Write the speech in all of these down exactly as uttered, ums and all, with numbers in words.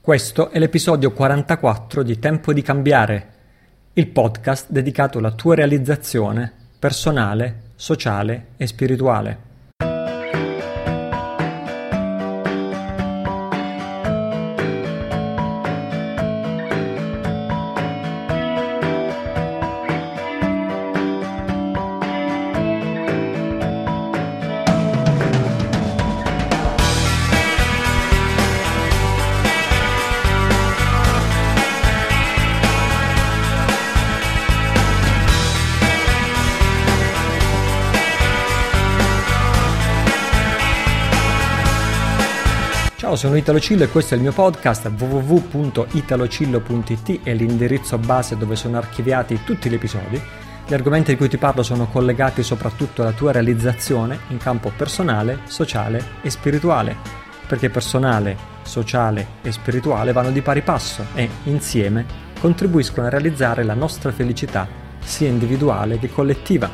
Questo è l'episodio quarantaquattro di Tempo di Cambiare, il podcast dedicato alla tua realizzazione personale, sociale e spirituale. Ciao, sono Italocillo e questo è il mio podcast. w w w punto italocillo punto i t è l'indirizzo base dove sono archiviati tutti gli episodi. Gli argomenti di cui ti parlo sono collegati soprattutto alla tua realizzazione in campo personale, sociale e spirituale, perché personale, sociale e spirituale vanno di pari passo e, insieme, contribuiscono a realizzare la nostra felicità, sia individuale che collettiva.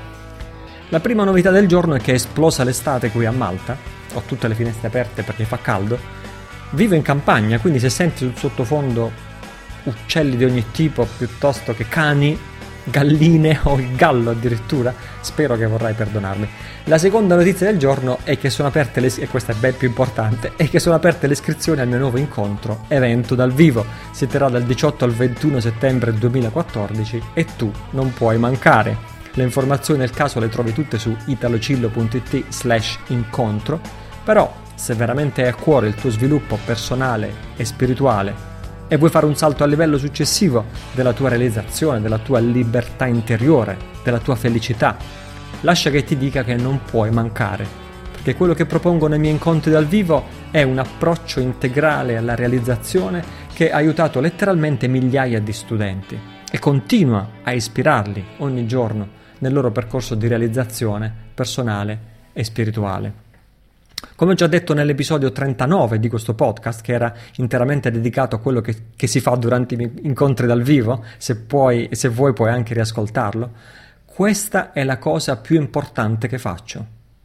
La prima novità del giorno è che è esplosa l'estate qui a Malta. Ho tutte le finestre aperte perché fa caldo. Vivo in campagna, quindi se senti sul sottofondo uccelli di ogni tipo piuttosto che cani, galline o il gallo addirittura, spero che vorrai perdonarmi. La seconda notizia del giorno è che sono aperte le, e questa è ben più importante, è che sono aperte le iscrizioni al mio nuovo incontro, evento dal vivo. Si terrà dal diciotto al ventuno settembre duemilaquattordici e tu non puoi mancare. Le informazioni nel caso le trovi tutte su italocillo punto i t slash incontro, però se veramente hai a cuore il tuo sviluppo personale e spirituale e vuoi fare un salto al livello successivo della tua realizzazione, della tua libertà interiore, della tua felicità, lascia che ti dica che non puoi mancare, perché quello che propongo nei miei incontri dal vivo è un approccio integrale alla realizzazione che ha aiutato letteralmente migliaia di studenti e continua a ispirarli ogni giorno nel loro percorso di realizzazione personale e spirituale. Come ho già detto nell'episodio trentanove di questo podcast, che era interamente dedicato a quello che, che si fa durante i miei incontri dal vivo, se puoi, se vuoi puoi anche riascoltarlo, questa è la cosa più importante che faccio.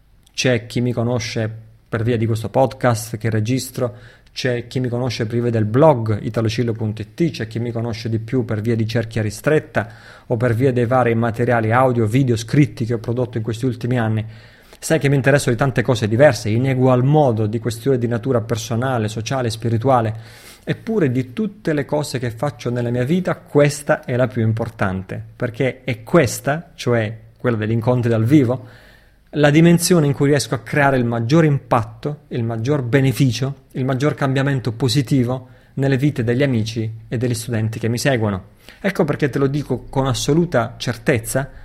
C'è chi mi conosce per via di questo podcast che registro, c'è chi mi conosce per via del blog italocillo punto i t, c'è chi mi conosce di più per via di cerchia ristretta o per via dei vari materiali audio, video, scritti che ho prodotto in questi ultimi anni. Sai che mi interesso di tante cose diverse, in egual modo di questioni di natura personale, sociale e spirituale, eppure di tutte le cose che faccio nella mia vita questa è la più importante, perché è questa, cioè quella degli incontri dal vivo, la dimensione in cui riesco a creare il maggior impatto, il maggior beneficio, il maggior cambiamento positivo nelle vite degli amici e degli studenti che mi seguono. Ecco perché te lo dico con assoluta certezza.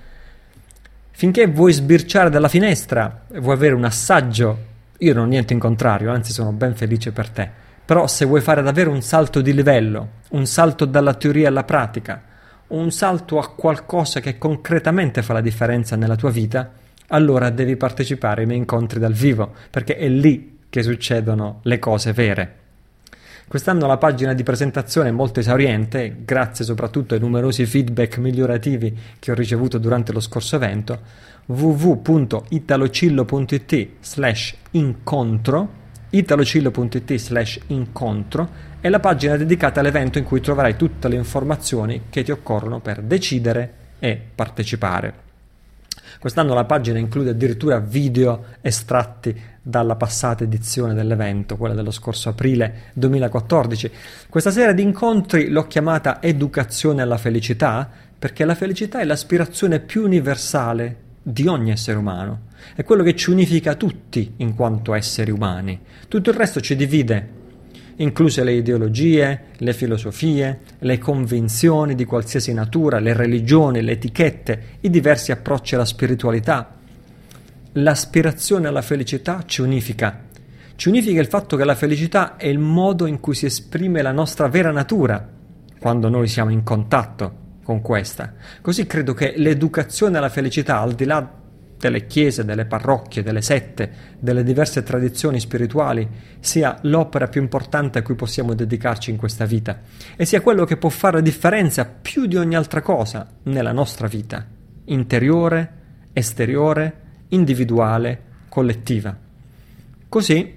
Finché vuoi sbirciare dalla finestra e vuoi avere un assaggio, io non ho niente in contrario, anzi sono ben felice per te, però se vuoi fare davvero un salto di livello, un salto dalla teoria alla pratica, un salto a qualcosa che concretamente fa la differenza nella tua vita, allora devi partecipare ai miei incontri dal vivo, perché è lì che succedono le cose vere. Quest'anno la pagina di presentazione è molto esauriente, grazie soprattutto ai numerosi feedback migliorativi che ho ricevuto durante lo scorso evento. w w w punto italocillo punto i t slash incontro italocillo punto i t slash incontro è la pagina dedicata all'evento in cui troverai tutte le informazioni che ti occorrono per decidere e partecipare. Quest'anno la pagina include addirittura video estratti dalla passata edizione dell'evento, quella dello scorso aprile duemilaquattordici. Questa serie di incontri l'ho chiamata Educazione alla felicità, perché la felicità è l'aspirazione più universale di ogni essere umano. È quello che ci unifica tutti in quanto esseri umani. Tutto il resto ci divide, incluse le ideologie, le filosofie, le convinzioni di qualsiasi natura, le religioni, le etichette, i diversi approcci alla spiritualità. L'aspirazione alla felicità ci unifica. Ci unifica il fatto che la felicità è il modo in cui si esprime la nostra vera natura, quando noi siamo in contatto con questa. Così credo che l'educazione alla felicità, al di là delle chiese, delle parrocchie, delle sette, delle diverse tradizioni spirituali, sia l'opera più importante a cui possiamo dedicarci in questa vita e sia quello che può fare la differenza più di ogni altra cosa nella nostra vita, interiore, esteriore, individuale, collettiva. Così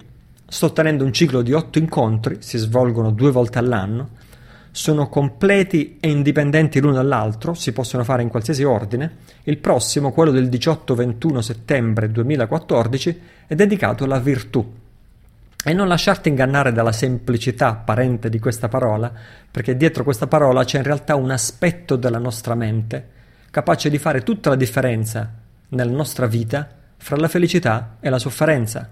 Sto tenendo un ciclo di otto incontri, si svolgono due volte all'anno, sono completi e indipendenti l'uno dall'altro, si possono fare in qualsiasi ordine. Il prossimo, quello del diciotto ventuno settembre duemilaquattordici, è dedicato alla virtù. E non lasciarti ingannare dalla semplicità apparente di questa parola, perché dietro questa parola c'è in realtà un aspetto della nostra mente capace di fare tutta la differenza nella nostra vita fra la felicità e la sofferenza.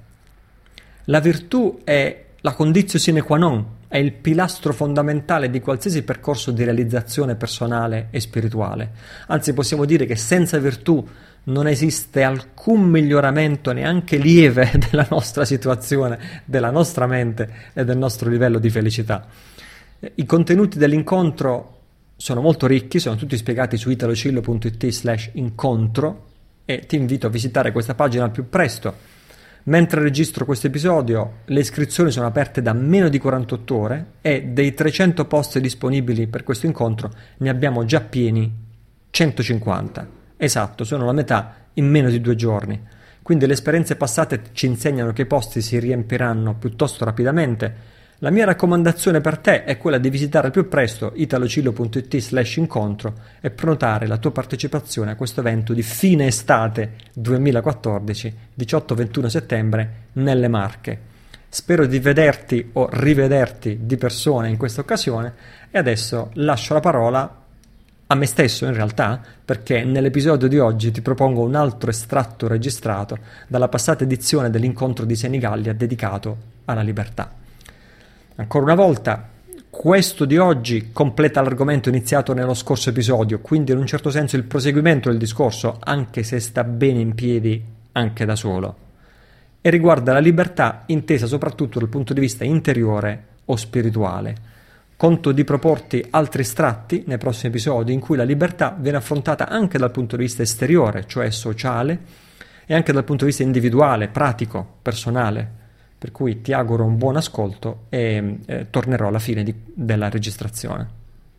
La virtù è la conditio sine qua non, è il pilastro fondamentale di qualsiasi percorso di realizzazione personale e spirituale. Anzi, possiamo dire che senza virtù non esiste alcun miglioramento, neanche lieve, della nostra situazione, della nostra mente e del nostro livello di felicità. I contenuti dell'incontro sono molto ricchi, sono tutti spiegati su italocillo.it slash incontro e ti invito a visitare questa pagina al più presto. Mentre registro questo episodio, le iscrizioni sono aperte da meno di quarantotto ore e dei trecento posti disponibili per questo incontro ne abbiamo già pieni centocinquanta. Esatto, sono la metà in meno di due giorni. Quindi le esperienze passate ci insegnano che i posti si riempiranno piuttosto rapidamente. La mia raccomandazione per te è quella di visitare al più presto italocillo.it slash incontro e prenotare la tua partecipazione a questo evento di fine estate duemilaquattordici, diciotto ventuno settembre, nelle Marche. Spero di vederti o rivederti di persona in questa occasione e adesso lascio la parola a me stesso in realtà, perché nell'episodio di oggi ti propongo un altro estratto registrato dalla passata edizione dell'incontro di Senigallia dedicato alla libertà. Ancora una volta, questo di oggi completa l'argomento iniziato nello scorso episodio, quindi in un certo senso il proseguimento del discorso, anche se sta bene in piedi anche da solo, e riguarda la libertà intesa soprattutto dal punto di vista interiore o spirituale. Conto di proporti altri estratti nei prossimi episodi in cui la libertà viene affrontata anche dal punto di vista esteriore, cioè sociale, e anche dal punto di vista individuale, pratico, personale. Per cui ti auguro un buon ascolto e eh, tornerò alla fine di, della registrazione.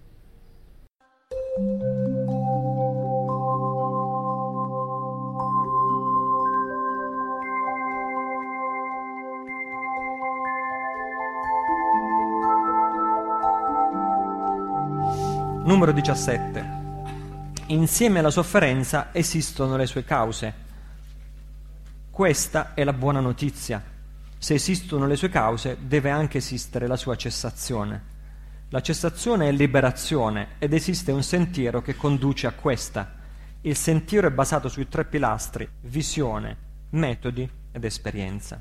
Numero diciassette. Insieme alla sofferenza esistono le sue cause. Questa è la buona notizia. Se esistono le sue cause, deve anche esistere la sua cessazione. La cessazione è liberazione ed esiste un sentiero che conduce a questa. Il sentiero è basato sui tre pilastri: visione, metodi ed esperienza.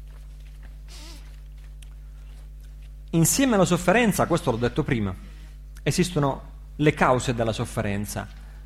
Insieme alla sofferenza, questo l'ho detto prima, esistono le cause della sofferenza.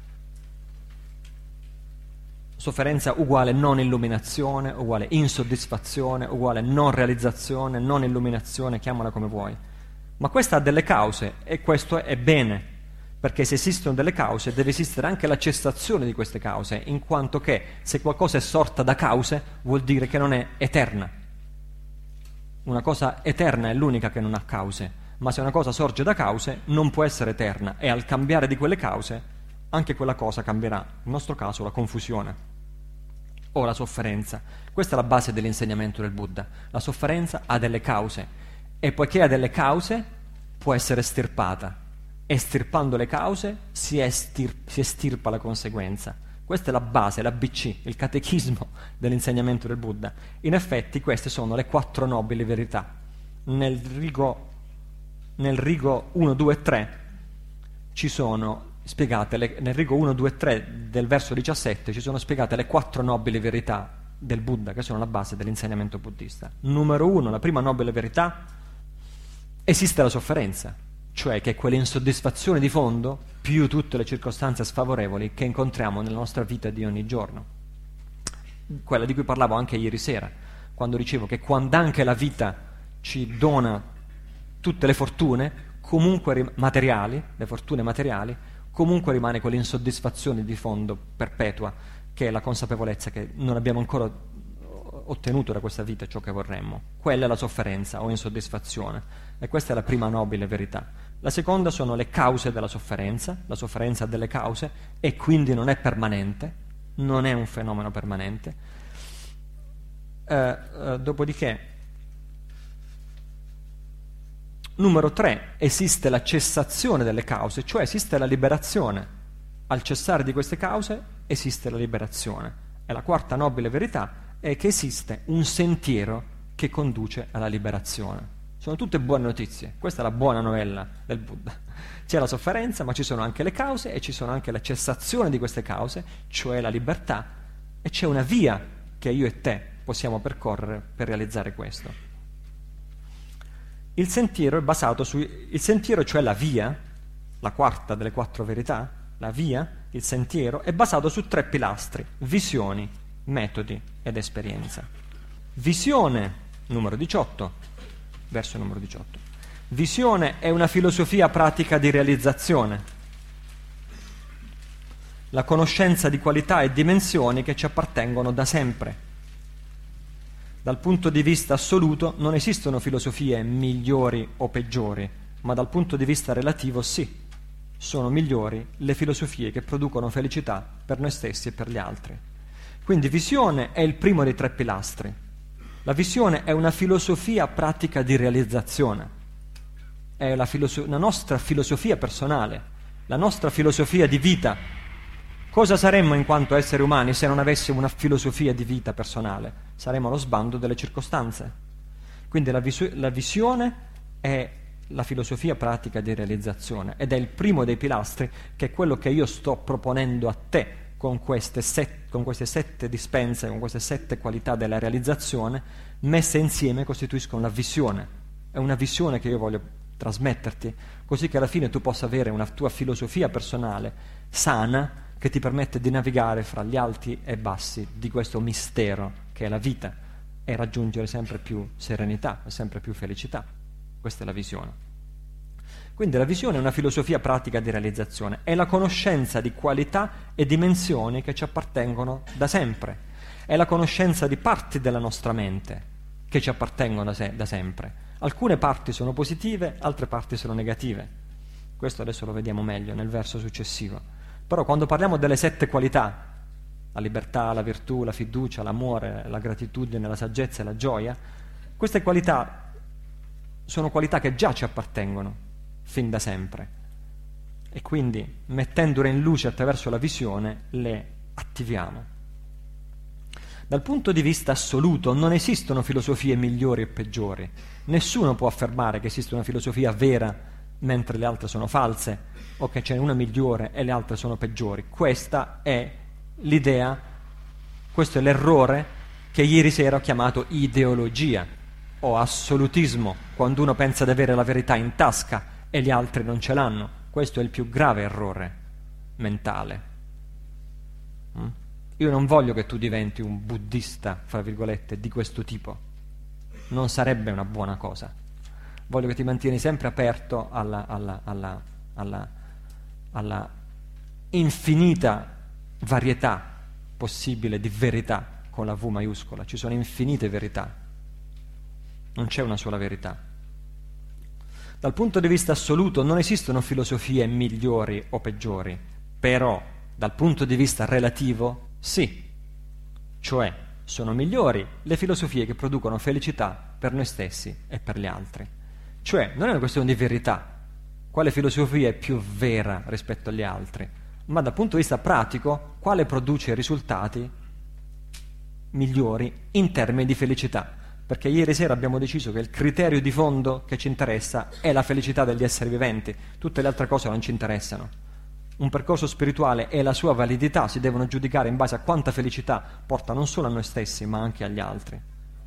Sofferenza uguale non illuminazione, uguale insoddisfazione, uguale non realizzazione, non illuminazione, chiamala come vuoi. Ma questa ha delle cause e questo è bene, perché se esistono delle cause deve esistere anche la cessazione di queste cause, in quanto che se qualcosa è sorta da cause vuol dire che non è eterna. Una cosa eterna è l'unica che non ha cause. Ma se una cosa sorge da cause non può essere eterna e al cambiare di quelle cause anche quella cosa cambierà, nel nostro caso la confusione o la sofferenza. Questa è la base dell'insegnamento del Buddha. La sofferenza ha delle cause e poiché ha delle cause può essere estirpata. Estirpando le cause si, estir- si estirpa la conseguenza. Questa è la base, l'A B C, il catechismo dell'insegnamento del Buddha. In effetti queste sono le quattro nobili verità. Nel rigo Nel rigo uno, due e tre ci sono spiegate, le, nel rigo uno, due e tre del verso diciassette ci sono spiegate le quattro nobili verità del Buddha, che sono la base dell'insegnamento buddista. Numero uno, la prima nobile verità: esiste la sofferenza, cioè che è quell'insoddisfazione di fondo più tutte le circostanze sfavorevoli che incontriamo nella nostra vita di ogni giorno. Quella di cui parlavo anche ieri sera, quando dicevo che quando anche la vita ci dona tutte le fortune, comunque rim- materiali, le fortune materiali, comunque rimane quell'insoddisfazione di fondo perpetua, che è la consapevolezza che non abbiamo ancora ottenuto da questa vita ciò che vorremmo. Quella è la sofferenza o insoddisfazione, e questa è la prima nobile verità. La seconda sono le cause della sofferenza. La sofferenza ha delle cause e quindi non è permanente, non è un fenomeno permanente. Eh, eh, dopodiché Numero tre, esiste la cessazione delle cause, cioè esiste la liberazione. Al cessare di queste cause esiste la liberazione. E la quarta nobile verità è che esiste un sentiero che conduce alla liberazione. Sono tutte buone notizie. Questa è la buona novella del Buddha. C'è la sofferenza, ma ci sono anche le cause e ci sono anche la cessazione di queste cause, cioè la libertà, e c'è una via che io e te possiamo percorrere per realizzare questo. Il sentiero è basato su il sentiero, cioè la via, la quarta delle quattro verità, la via, il sentiero, è basato su tre pilastri: visioni, metodi ed esperienza. Visione, numero diciotto, verso numero diciotto. Visione è una filosofia pratica di realizzazione, la conoscenza di qualità e dimensioni che ci appartengono da sempre. Dal punto di vista assoluto non esistono filosofie migliori o peggiori, ma dal punto di vista relativo sì, sono migliori le filosofie che producono felicità per noi stessi e per gli altri. Quindi visione è il primo dei tre pilastri. La visione è una filosofia pratica di realizzazione, è la, filoso- la nostra filosofia personale, la nostra filosofia di vita. Cosa saremmo in quanto esseri umani se non avessimo una filosofia di vita personale? Saremmo allo sbando delle circostanze. Quindi la, visu- la visione è la filosofia pratica di realizzazione ed è il primo dei pilastri, che è quello che io sto proponendo a te con queste, set- con queste sette dispense, con queste sette qualità della realizzazione, messe insieme costituiscono la visione. È una visione che io voglio trasmetterti, così che alla fine tu possa avere una tua filosofia personale sana, che ti permette di navigare fra gli alti e bassi di questo mistero che è la vita e raggiungere sempre più serenità e sempre più felicità. Questa è la visione. Quindi la visione è una filosofia pratica di realizzazione, è la conoscenza di qualità e dimensioni che ci appartengono da sempre, è la conoscenza di parti della nostra mente che ci appartengono da, se- da sempre. Alcune parti sono positive, altre parti sono negative. Questo adesso lo vediamo meglio nel verso successivo. Però quando parliamo delle sette qualità, la libertà, la virtù, la fiducia, l'amore, la gratitudine, la saggezza e la gioia, queste qualità sono qualità che già ci appartengono fin da sempre. E quindi, mettendole in luce attraverso la visione, le attiviamo. Dal punto di vista assoluto non esistono filosofie migliori e peggiori. Nessuno può affermare che esiste una filosofia vera mentre le altre sono false, o che c'è una migliore e le altre sono peggiori. Questa è l'idea, questo è l'errore che ieri sera ho chiamato ideologia o assolutismo, quando uno pensa di avere la verità in tasca e gli altri non ce l'hanno. Questo è il più grave errore mentale. Mm? Io non voglio che tu diventi un buddista, fra virgolette, di questo tipo. Non sarebbe una buona cosa. Voglio che ti mantieni sempre aperto alla, alla, alla, alla, alla infinita varietà possibile di verità con la V maiuscola. Ci sono infinite verità, non c'è una sola verità. Dal punto di vista assoluto non esistono filosofie migliori o peggiori, però dal punto di vista relativo sì, cioè sono migliori le filosofie che producono felicità per noi stessi e per gli altri. Cioè non è una questione di verità, quale filosofia è più vera rispetto agli altri, ma dal punto di vista pratico quale produce risultati migliori in termini di felicità. Perché ieri sera abbiamo deciso che il criterio di fondo che ci interessa è la felicità degli esseri viventi, tutte le altre cose non ci interessano. Un percorso spirituale e la sua validità si devono giudicare in base a quanta felicità porta non solo a noi stessi ma anche agli altri.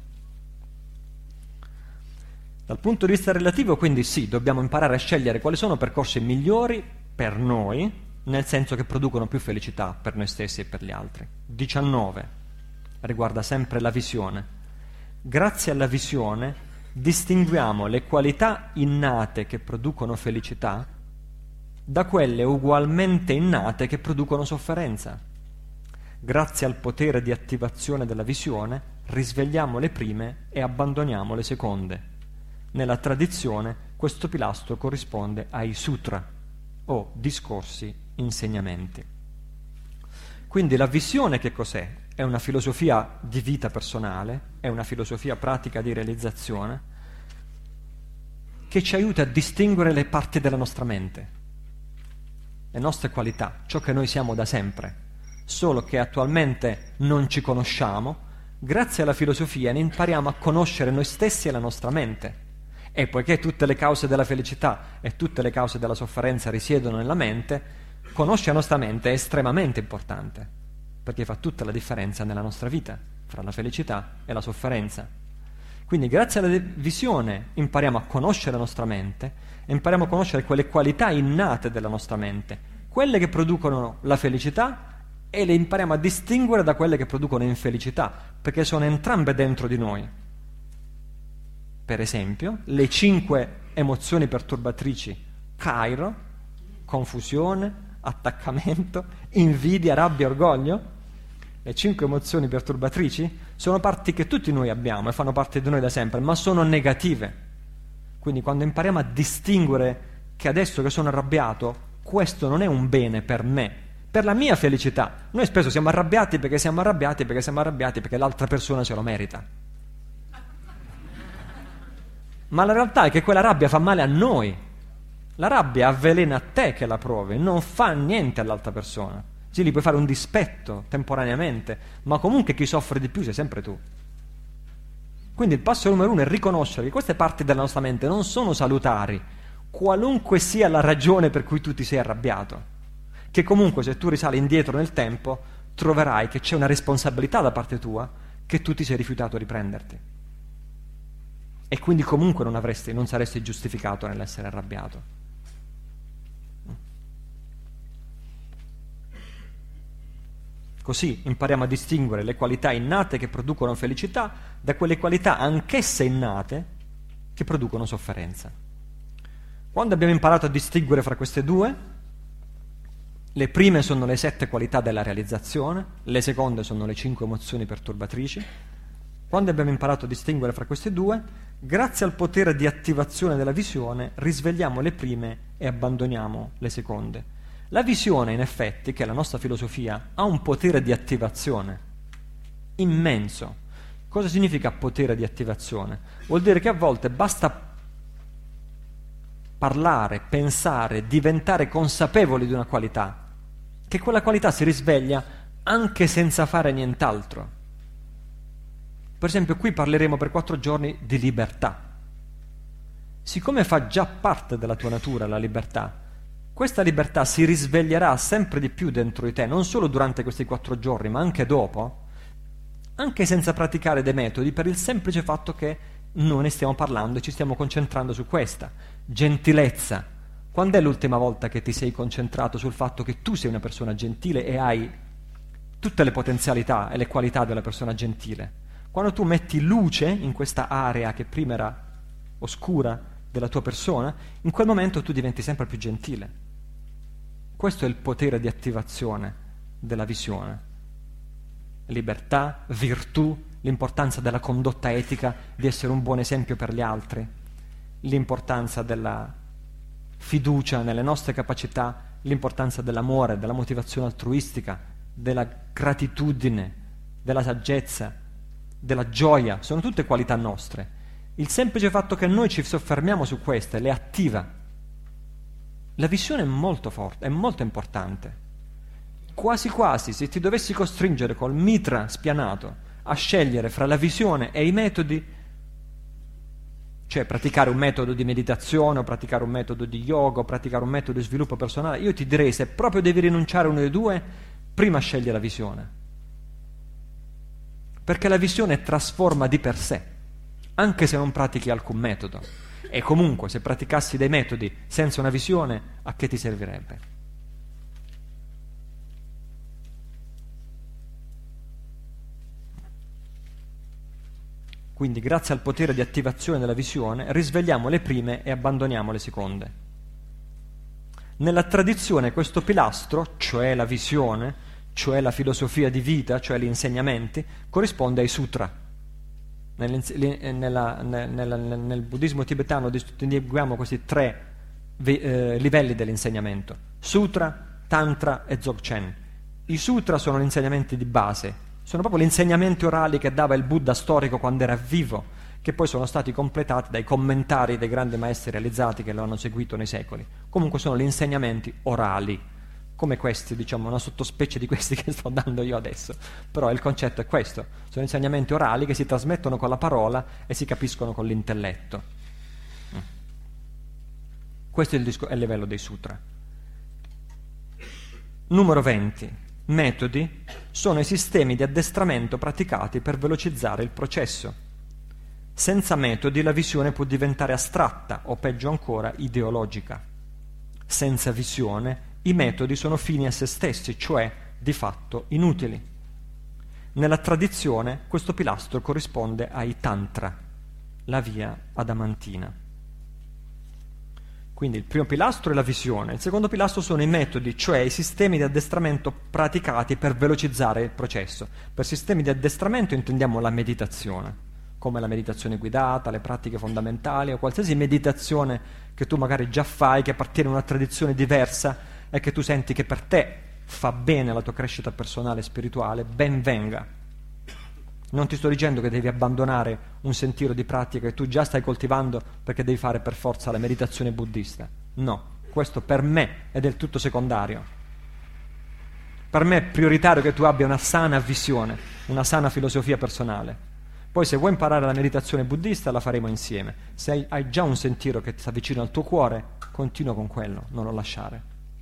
Dal punto di vista relativo, quindi sì, dobbiamo imparare a scegliere quali sono percorsi migliori per noi, nel senso che producono più felicità per noi stessi e per gli altri. diciannove riguarda sempre la visione. Grazie alla visione distinguiamo le qualità innate che producono felicità da quelle ugualmente innate che producono sofferenza. Grazie al potere di attivazione della visione risvegliamo le prime e abbandoniamo le seconde. Nella tradizione questo pilastro corrisponde ai sutra o discorsi, insegnamenti. Quindi la visione che cos'è? È una filosofia di vita personale, è una filosofia pratica di realizzazione che ci aiuta a distinguere le parti della nostra mente, le nostre qualità, ciò che noi siamo da sempre, solo che attualmente non ci conosciamo. Grazie alla filosofia ne impariamo a conoscere noi stessi e la nostra mente. E poiché tutte le cause della felicità e tutte le cause della sofferenza risiedono nella mente, conoscere la nostra mente è estremamente importante, perché fa tutta la differenza nella nostra vita, fra la felicità e la sofferenza. Quindi grazie alla visione impariamo a conoscere la nostra mente e impariamo a conoscere quelle qualità innate della nostra mente, quelle che producono la felicità, e le impariamo a distinguere da quelle che producono infelicità, perché sono entrambe dentro di noi. Per esempio, le cinque emozioni perturbatrici: cairo, confusione, attaccamento, invidia, rabbia, orgoglio. Le cinque emozioni perturbatrici sono parti che tutti noi abbiamo e fanno parte di noi da sempre, ma sono negative. Quindi quando impariamo a distinguere che adesso che sono arrabbiato, questo non è un bene per me, per la mia felicità. Noi spesso siamo arrabbiati perché siamo arrabbiati perché siamo arrabbiati perché l'altra persona se lo merita. Ma la realtà è che quella rabbia fa male a noi. La rabbia avvelena te che la provi, non fa niente all'altra persona. Sì, gli puoi fare un dispetto temporaneamente, ma comunque chi soffre di più sei sempre tu. Quindi il passo numero uno è riconoscere che queste parti della nostra mente non sono salutari, qualunque sia la ragione per cui tu ti sei arrabbiato. Che comunque se tu risali indietro nel tempo troverai che c'è una responsabilità da parte tua che tu ti sei rifiutato a riprenderti, e quindi comunque non avresti, non saresti giustificato nell'essere arrabbiato. Così impariamo a distinguere le qualità innate che producono felicità da quelle qualità anch'esse innate che producono sofferenza. Quando abbiamo imparato a distinguere fra queste due, le prime sono le sette qualità della realizzazione, le seconde sono le cinque emozioni perturbatrici. Quando abbiamo imparato a distinguere fra queste due, grazie al potere di attivazione della visione, risvegliamo le prime e abbandoniamo le seconde. La visione, in effetti, che è la nostra filosofia, ha un potere di attivazione immenso. Cosa significa potere di attivazione? Vuol dire che a volte basta parlare, pensare, diventare consapevoli di una qualità, che quella qualità si risveglia anche senza fare nient'altro. Per esempio, qui parleremo per quattro giorni di libertà. Siccome fa già parte della tua natura la libertà, questa libertà si risveglierà sempre di più dentro di te, non solo durante questi quattro giorni, ma anche dopo, anche senza praticare dei metodi, per il semplice fatto che noi ne stiamo parlando e ci stiamo concentrando su questa. Gentilezza. Quando è l'ultima volta che ti sei concentrato sul fatto che tu sei una persona gentile e hai tutte le potenzialità e le qualità della persona gentile? Quando tu metti luce in questa area che prima era oscura della tua persona, in quel momento tu diventi sempre più gentile. Questo è il potere di attivazione della visione. Libertà, virtù, l'importanza della condotta etica, di essere un buon esempio per gli altri, l'importanza della fiducia nelle nostre capacità, l'importanza dell'amore, della motivazione altruistica, della gratitudine, della saggezza, della gioia, sono tutte qualità nostre. Il semplice fatto che noi ci soffermiamo su queste le attiva. La visione è molto forte, è molto importante. Quasi quasi, se ti dovessi costringere col mitra spianato a scegliere fra la visione e i metodi, cioè praticare un metodo di meditazione o praticare un metodo di yoga o praticare un metodo di sviluppo personale, io ti direi, se proprio devi rinunciare a uno dei due, prima scegli la visione, perché la visione trasforma di per sé, anche se non pratichi alcun metodo. E comunque, se praticassi dei metodi senza una visione, a che ti servirebbe? Quindi, grazie al potere di attivazione della visione, risvegliamo le prime e abbandoniamo le seconde. Nella tradizione questo pilastro, cioè la visione, cioè la filosofia di vita, cioè gli insegnamenti, corrisponde ai sutra. Nella, nella, nella, nel buddismo tibetano distinguiamo questi tre eh, livelli dell'insegnamento: sutra, tantra e dzogchen. I sutra sono gli insegnamenti di base, sono proprio gli insegnamenti orali che dava il Buddha storico quando era vivo, che poi sono stati completati dai commentari dei grandi maestri realizzati che lo hanno seguito nei secoli. Comunque sono gli insegnamenti orali, come questi, diciamo, una sottospecie di questi che sto dando io adesso, però il concetto è questo: sono insegnamenti orali che si trasmettono con la parola e si capiscono con l'intelletto. Questo è il, disco- è il livello dei sutra. Numero venti. Metodi sono i sistemi di addestramento praticati per velocizzare il processo. Senza metodi la visione può diventare astratta o peggio ancora ideologica. Senza visione i metodi sono fini a se stessi, cioè di fatto inutili. Nella tradizione questo pilastro corrisponde ai tantra, la via adamantina. Quindi il primo pilastro è la visione, il secondo pilastro sono i metodi, cioè i sistemi di addestramento praticati per velocizzare il processo. Per sistemi di addestramento intendiamo la meditazione, come la meditazione guidata, le pratiche fondamentali o qualsiasi meditazione che tu magari già fai, che appartiene a una tradizione diversa e che tu senti che per te fa bene alla tua crescita personale e spirituale, ben venga. Non ti sto dicendo che devi abbandonare un sentiero di pratica che tu già stai coltivando perché devi fare per forza la meditazione buddista. No, questo per me è del tutto secondario. Per me è prioritario che tu abbia una sana visione, una sana filosofia personale. Poi se vuoi imparare la meditazione buddista la faremo insieme. Se hai già un sentiero che ti sta vicino al tuo cuore, continua con quello, non lo lasciare.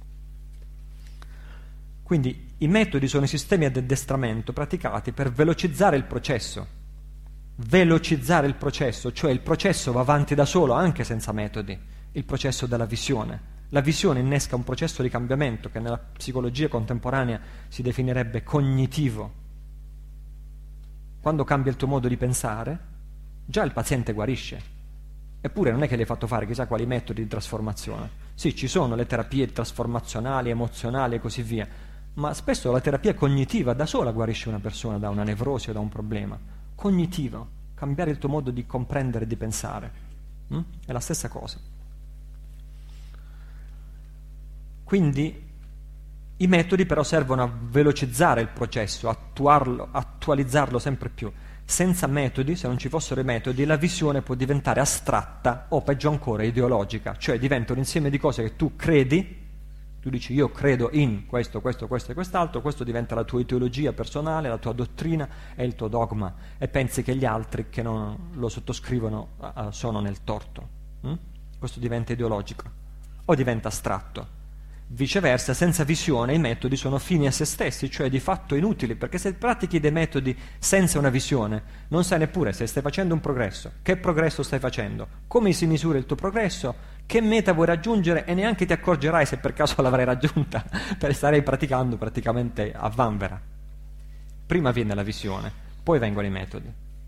Quindi i metodi sono i sistemi di addestramento praticati per velocizzare il processo. Velocizzare il processo, cioè il processo va avanti da solo anche senza metodi, il processo della visione. La visione innesca un processo di cambiamento che nella psicologia contemporanea si definirebbe cognitivo. Quando cambia il tuo modo di pensare, già il paziente guarisce. Eppure non è che gli hai fatto fare chissà quali metodi di trasformazione. Sì, ci sono le terapie trasformazionali, emozionali e così via, ma spesso la terapia cognitiva da sola guarisce una persona da una nevrosi o da un problema. Cognitivo, cambiare il tuo modo di comprendere e di pensare. Mm? È la stessa cosa. Quindi i metodi però servono a velocizzare il processo, attuarlo, attualizzarlo sempre più. Senza metodi, se non ci fossero i metodi, la visione può diventare astratta o peggio ancora ideologica, cioè diventa un insieme di cose che tu credi, tu dici io credo in questo, questo, questo e quest'altro, questo diventa la tua ideologia personale, la tua dottrina e il tuo dogma e pensi che gli altri che non lo sottoscrivono uh, sono nel torto. Mm? Questo diventa ideologico o diventa astratto. Viceversa, senza visione i metodi sono fini a se stessi, cioè di fatto inutili, perché se pratichi dei metodi senza una visione non sai neppure se stai facendo un progresso, che progresso stai facendo, come si misura il tuo progresso, che meta vuoi raggiungere e neanche ti accorgerai se per caso l'avrai raggiunta, perché starei praticando praticamente a vanvera. Prima viene la visione, poi vengono i metodi.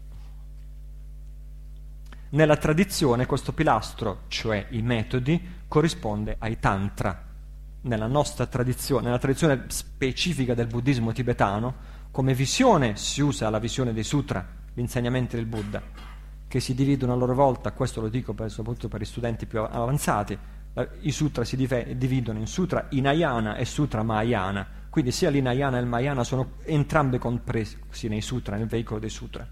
Nella tradizione questo pilastro, cioè i metodi, corrisponde ai tantra. Nella nostra tradizione, nella tradizione specifica del buddismo tibetano, come visione si usa la visione dei sutra, gli insegnamenti del Buddha, che si dividono a loro volta, questo lo dico per, soprattutto per gli studenti più avanzati, i sutra si dividono in sutra Hinayana e sutra Mahayana, quindi sia l'Hinayana e il Mahayana sono entrambe compresi nei sutra, nel veicolo dei sutra.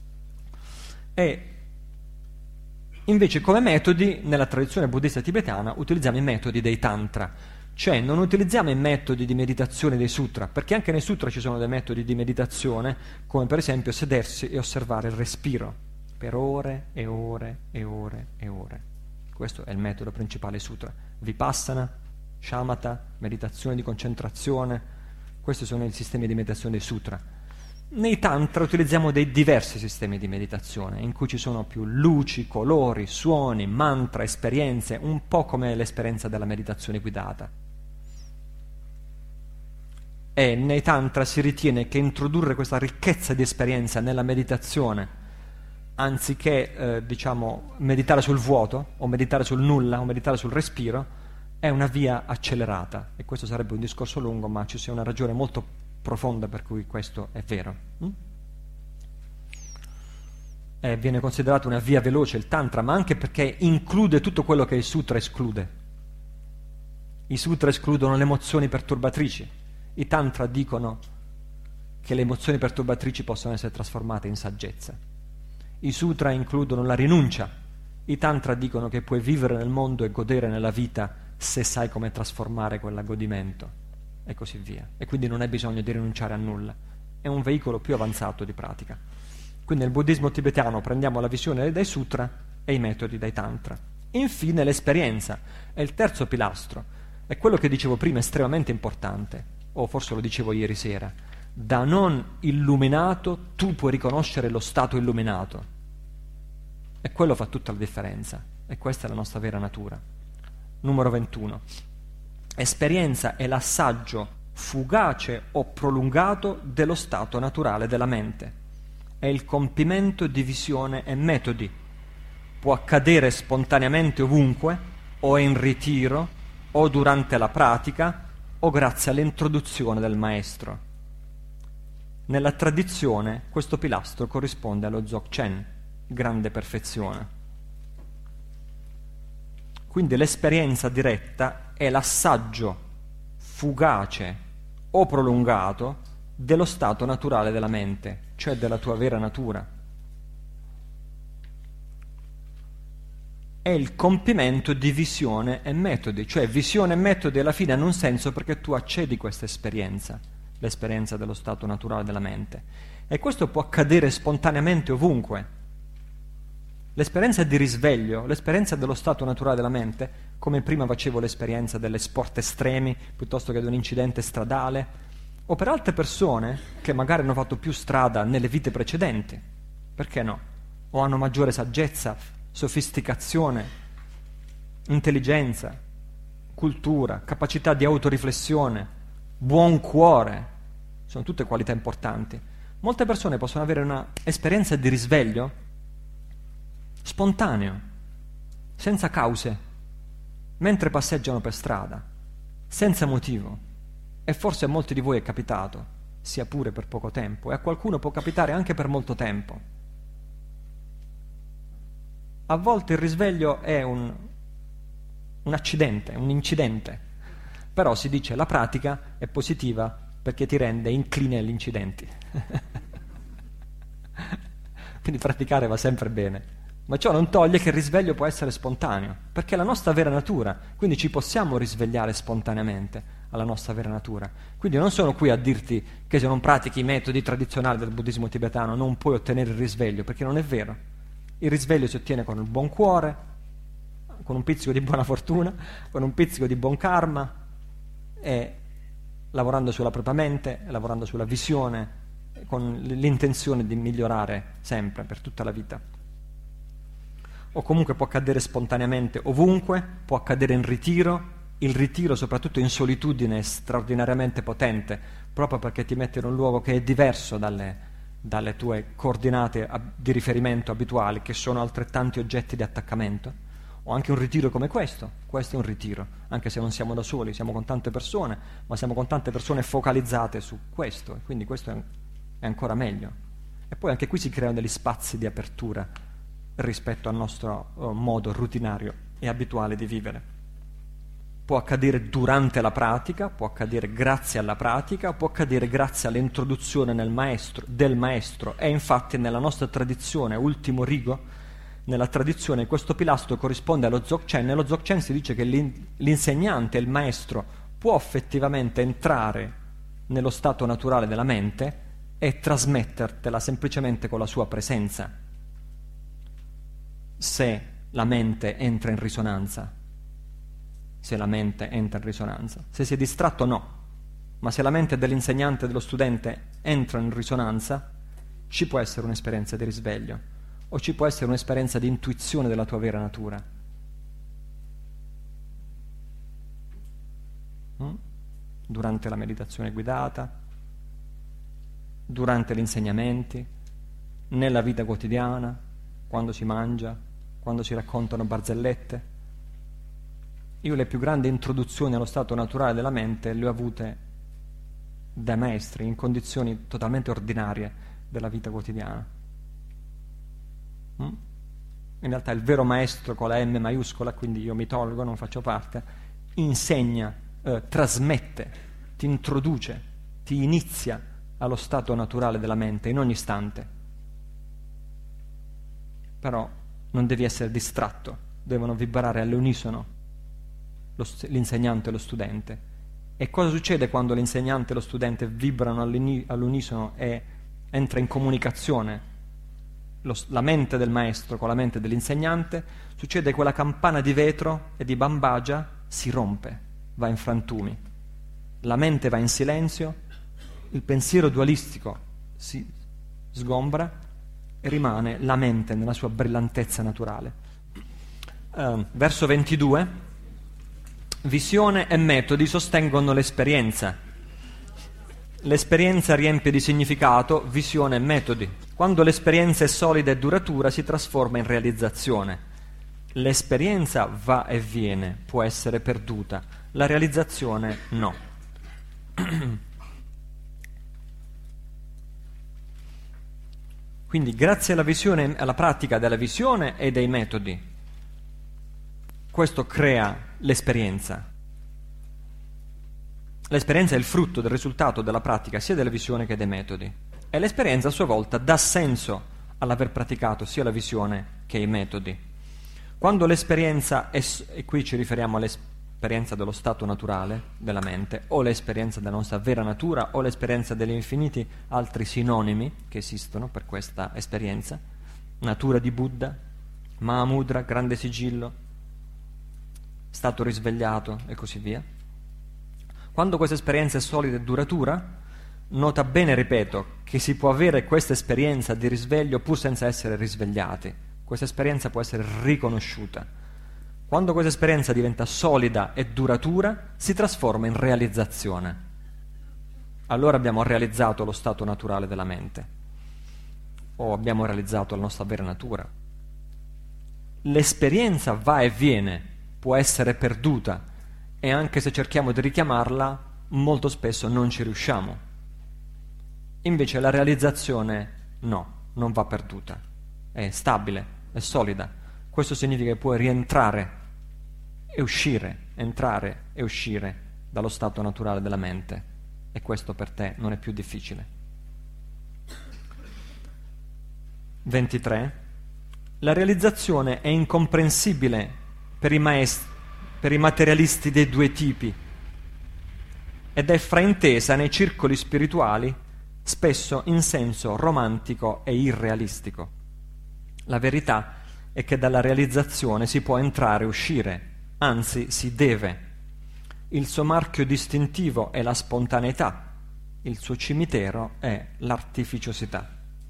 E invece come metodi, nella tradizione buddista tibetana, utilizziamo i metodi dei tantra. Cioè non utilizziamo i metodi di meditazione dei sutra, perché anche nei sutra ci sono dei metodi di meditazione, come per esempio sedersi e osservare il respiro per ore e ore e ore e ore. Questo è il metodo principale dei sutra. Vipassana, shamatha, meditazione di concentrazione, questi sono i sistemi di meditazione dei sutra. Nei tantra utilizziamo dei diversi sistemi di meditazione, in cui ci sono più luci, colori, suoni, mantra, esperienze, un po' come l'esperienza della meditazione guidata. E nei tantra si ritiene che introdurre questa ricchezza di esperienza nella meditazione, anziché eh, diciamo meditare sul vuoto o meditare sul nulla o meditare sul respiro, è una via accelerata, e questo sarebbe un discorso lungo, ma ci sia una ragione molto profonda per cui questo è vero. Mm? E viene considerato una via veloce il tantra, ma anche perché include tutto quello che il sutra esclude. I sutra escludono le emozioni perturbatrici. I tantra dicono che le emozioni perturbatrici possono essere trasformate in saggezza. I sutra includono la rinuncia. I tantra dicono che puoi vivere nel mondo e godere nella vita se sai come trasformare quell'aggodimento, e così via. E quindi non hai bisogno di rinunciare a nulla. È un veicolo più avanzato di pratica. Quindi nel buddismo tibetano prendiamo la visione dai sutra e i metodi dai tantra. Infine l'esperienza è il terzo pilastro. È quello che dicevo prima, estremamente importante, o forse lo dicevo ieri sera. Da non illuminato tu puoi riconoscere lo stato illuminato. E quello fa tutta la differenza. E questa è la nostra vera natura. Numero ventuno. Esperienza è l'assaggio fugace o prolungato dello stato naturale della mente. È il compimento di visione e metodi. Può accadere spontaneamente ovunque, o in ritiro, o durante la pratica, o grazie all'introduzione del maestro. Nella tradizione questo pilastro corrisponde allo Dzogchen, grande perfezione. Quindi l'esperienza diretta è l'assaggio fugace o prolungato dello stato naturale della mente, cioè della tua vera natura. È il compimento di visione e metodi, cioè visione e metodi alla fine hanno un senso perché tu accedi questa esperienza, l'esperienza dello stato naturale della mente. E questo può accadere spontaneamente ovunque. L'esperienza di risveglio, l'esperienza dello stato naturale della mente, come prima facevo l'esperienza delle sport estremi piuttosto che di un incidente stradale, o per altre persone che magari hanno fatto più strada nelle vite precedenti, perché no? O hanno maggiore saggezza, sofisticazione, intelligenza, cultura, capacità di autoriflessione, buon cuore, sono tutte qualità importanti. Molte persone possono avere una esperienza di risveglio spontaneo, senza cause, mentre passeggiano per strada, senza motivo. E forse a molti di voi è capitato, sia pure per poco tempo, e a qualcuno può capitare anche per molto tempo. A volte il risveglio è un, un accidente, un incidente, però si dice la pratica è positiva perché ti rende incline agli incidenti. Quindi praticare va sempre bene. Ma ciò non toglie che il risveglio può essere spontaneo, perché è la nostra vera natura, quindi ci possiamo risvegliare spontaneamente alla nostra vera natura. Quindi non sono qui a dirti che se non pratichi i metodi tradizionali del buddismo tibetano non puoi ottenere il risveglio, perché non è vero. Il risveglio si ottiene con il buon cuore, con un pizzico di buona fortuna, con un pizzico di buon karma, e lavorando sulla propria mente, lavorando sulla visione, con l'intenzione di migliorare sempre, per tutta la vita. O comunque può accadere spontaneamente ovunque, può accadere in ritiro. Il ritiro, soprattutto in solitudine, è straordinariamente potente, proprio perché ti mette in un luogo che è diverso dalle, dalle tue coordinate di riferimento abituali, che sono altrettanti oggetti di attaccamento. O anche un ritiro come questo, questo è un ritiro, anche se non siamo da soli, siamo con tante persone, ma siamo con tante persone focalizzate su questo, e quindi questo è, è ancora meglio. E poi anche qui si creano degli spazi di apertura rispetto al nostro uh, modo rutinario e abituale di vivere. Può accadere durante la pratica, può accadere grazie alla pratica, può accadere grazie all'introduzione nel maestro, del maestro. E infatti nella nostra tradizione, ultimo rigo, nella tradizione questo pilastro corrisponde allo Dzogchen. Nello Dzogchen si dice che l'in- l'insegnante, il maestro, può effettivamente entrare nello stato naturale della mente e trasmettertela semplicemente con la sua presenza, se la mente entra in risonanza, se la mente entra in risonanza. Se si è distratto, no, ma se la mente dell'insegnante e dello studente entra in risonanza, ci può essere un'esperienza di risveglio, o ci può essere un'esperienza di intuizione della tua vera natura. Mm? Durante la meditazione guidata, durante gli insegnamenti, nella vita quotidiana, quando si mangia, quando si raccontano barzellette. Io le più grandi introduzioni allo stato naturale della mente le ho avute dai maestri in condizioni totalmente ordinarie della vita quotidiana. Mm? In realtà il vero maestro con la M maiuscola, quindi io mi tolgo, non faccio parte, insegna, eh, trasmette, ti introduce, ti inizia allo stato naturale della mente in ogni istante. però non devi essere distratto, devono vibrare all'unisono lo st- l'insegnante e lo studente. E cosa succede quando l'insegnante e lo studente vibrano all'uni- all'unisono e entra in comunicazione lo, la mente del maestro con la mente dell'insegnante? Succede che quella campana di vetro e di bambagia si rompe, va in frantumi, la mente va in silenzio, il pensiero dualistico si sgombra e rimane la mente nella sua brillantezza naturale. Uh, verso ventidue. Visione e metodi sostengono l'esperienza. L'esperienza riempie di significato visione e metodi. Quando l'esperienza è solida e duratura si trasforma in realizzazione. L'esperienza va e viene, può essere perduta, la realizzazione no. Quindi grazie alla visione, alla pratica della visione e dei metodi, questo crea l'esperienza. L'esperienza è il frutto del risultato della pratica sia della visione che dei metodi. E l'esperienza a sua volta dà senso all'aver praticato sia la visione che i metodi. Quando l'esperienza è, e qui ci riferiamo all'esperienza dello stato naturale della mente, o l'esperienza della nostra vera natura, o l'esperienza degli infiniti altri sinonimi che esistono per questa esperienza, natura di Buddha, Mahamudra, grande sigillo, stato risvegliato e così via. Quando questa esperienza è solida e duratura, nota bene, ripeto, che si può avere questa esperienza di risveglio pur senza essere risvegliati. Questa esperienza può essere riconosciuta. Quando questa esperienza diventa solida e duratura, si trasforma in realizzazione. Allora abbiamo realizzato lo stato naturale della mente, o abbiamo realizzato la nostra vera natura. L'esperienza va e viene, può essere perduta, e anche se cerchiamo di richiamarla, molto spesso non ci riusciamo. Invece la realizzazione no, non va perduta, è stabile, è solida. Questo significa che puoi rientrare e uscire, entrare e uscire dallo stato naturale della mente, e questo per te non è più difficile. ventitré. La realizzazione è incomprensibile per i maestri, per i materialisti dei due tipi, ed è fraintesa nei circoli spirituali, spesso in senso romantico e irrealistico. La verità è che dalla realizzazione si può entrare e uscire, anzi si deve. Il suo marchio distintivo è la spontaneità, il suo cimitero è l'artificiosità.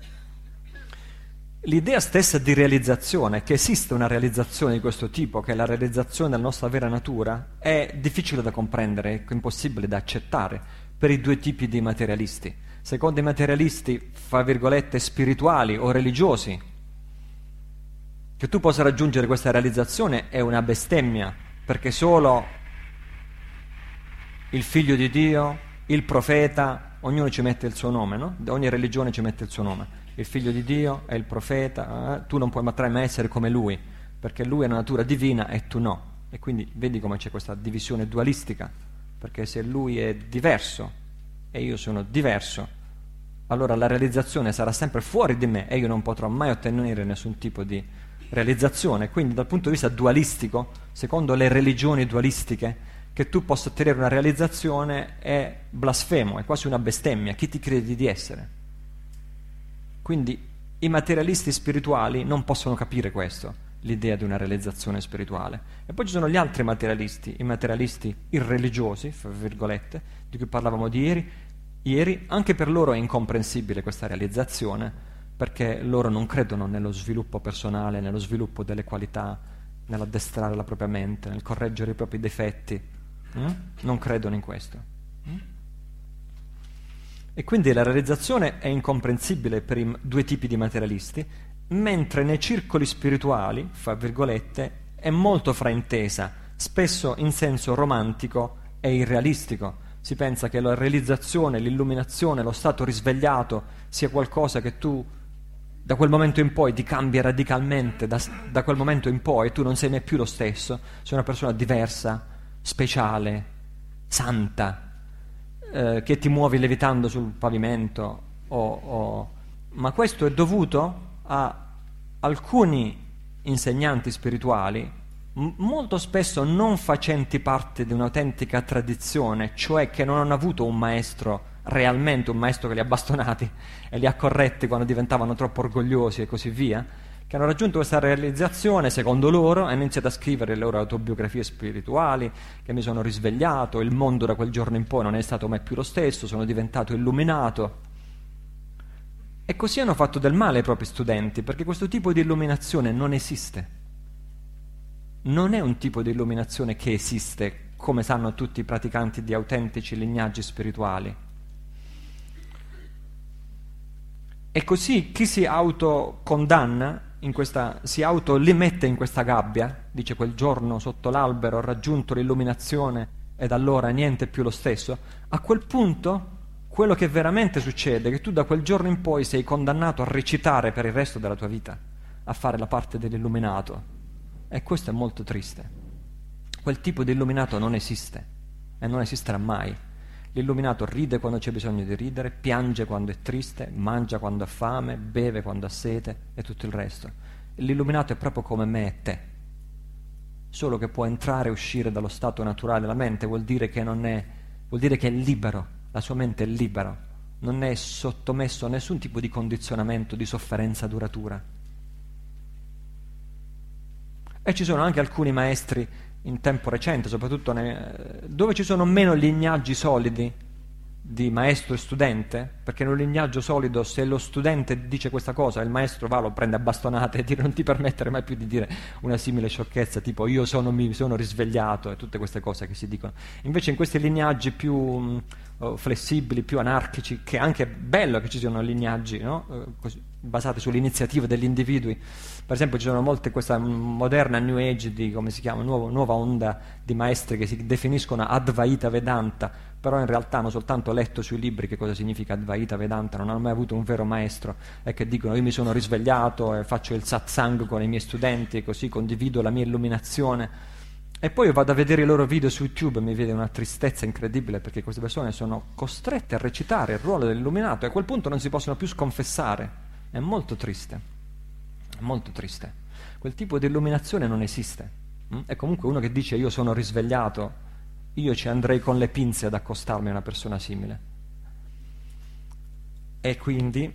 L'idea stessa di realizzazione, che esiste una realizzazione di questo tipo, che è la realizzazione della nostra vera natura, è difficile da comprendere, è impossibile da accettare per i due tipi di materialisti. Secondo i materialisti, fra virgolette, spirituali o religiosi, che tu possa raggiungere questa realizzazione è una bestemmia, perché solo il figlio di Dio, il profeta, ognuno ci mette il suo nome, no? Ogni religione ci mette il suo nome. Il figlio di Dio è il profeta, eh? Tu non puoi mai essere come lui, perché lui è una natura divina e tu no. E quindi vedi come c'è questa divisione dualistica, perché se lui è diverso e io sono diverso, allora la realizzazione sarà sempre fuori di me e io non potrò mai ottenere nessun tipo di realizzazione. Quindi dal punto di vista dualistico, secondo le religioni dualistiche, che tu possa ottenere una realizzazione è blasfemo, è quasi una bestemmia. Chi ti credi di essere? Quindi i materialisti spirituali non possono capire questo, l'idea di una realizzazione spirituale. E poi ci sono gli altri materialisti, i materialisti irreligiosi, fra virgolette, di cui parlavamo di ieri. Ieri anche per loro è incomprensibile questa realizzazione, perché loro non credono nello sviluppo personale, nello sviluppo delle qualità, nell'addestrare la propria mente, nel correggere i propri difetti. Mm? Non credono in questo. Mm? E quindi la realizzazione è incomprensibile per i due tipi di materialisti, mentre nei circoli spirituali, fra virgolette, è molto fraintesa, spesso in senso romantico e irrealistico. Si pensa che la realizzazione, l'illuminazione, lo stato risvegliato sia qualcosa che tu da quel momento in poi ti cambia radicalmente, da, da quel momento in poi tu non sei mai più lo stesso, sei una persona diversa, speciale, santa, eh, che ti muovi levitando sul pavimento, o, o... ma questo è dovuto a, alcuni insegnanti spirituali, m- molto spesso non facenti parte di un'autentica tradizione, cioè che non hanno avuto un maestro, realmente un maestro che li ha bastonati e li ha corretti quando diventavano troppo orgogliosi e così via, che hanno raggiunto questa realizzazione, secondo loro, e hanno iniziato a scrivere le loro autobiografie spirituali, che mi sono risvegliato, il mondo da quel giorno in poi non è stato mai più lo stesso, sono diventato illuminato. E così hanno fatto del male ai propri studenti, perché questo tipo di illuminazione non esiste. Non è un tipo di illuminazione che esiste, come sanno tutti i praticanti di autentici lignaggi spirituali. E così chi si autocondanna, in questa, si autolimette in questa gabbia, dice quel giorno sotto l'albero ho raggiunto l'illuminazione ed allora niente è più lo stesso, a quel punto quello che veramente succede è che tu da quel giorno in poi sei condannato a recitare per il resto della tua vita, a fare la parte dell'illuminato. E questo è molto triste. Quel tipo di illuminato non esiste e non esisterà mai. L'illuminato ride quando c'è bisogno di ridere, piange quando è triste, mangia quando ha fame, beve quando ha sete e tutto il resto. L'illuminato è proprio come me e te, solo che può entrare e uscire dallo stato naturale della mente, vuol dire che non è, vuol dire che è libero, la sua mente è libera, non è sottomesso a nessun tipo di condizionamento, di sofferenza duratura. E ci sono anche alcuni maestri in tempo recente, soprattutto ne, dove ci sono meno lignaggi solidi di maestro e studente, perché in un lignaggio solido se lo studente dice questa cosa il maestro va, lo prende a bastonate e dice non ti permettere mai più di dire una simile sciocchezza tipo io sono, mi sono risvegliato e tutte queste cose che si dicono. Invece in questi lignaggi più mh, flessibili, più anarchici, che è anche bello che ci siano lignaggi, no? eh, così, basati sull'iniziativa degli individui. Per esempio ci sono molte, questa moderna New Age di, come si chiama, nuova, nuova onda di maestri che si definiscono Advaita Vedanta, però in realtà hanno soltanto letto sui libri che cosa significa Advaita Vedanta, non hanno mai avuto un vero maestro, e che dicono io mi sono risvegliato e faccio il satsang con i miei studenti e così condivido la mia illuminazione. E poi vado a vedere i loro video su YouTube e mi viene una tristezza incredibile, perché queste persone sono costrette a recitare il ruolo dell'illuminato e a quel punto non si possono più sconfessare. È molto triste, è molto triste. Quel tipo di illuminazione non esiste. Mm? È comunque uno che dice io sono risvegliato, io ci andrei con le pinze ad accostarmi a una persona simile. E quindi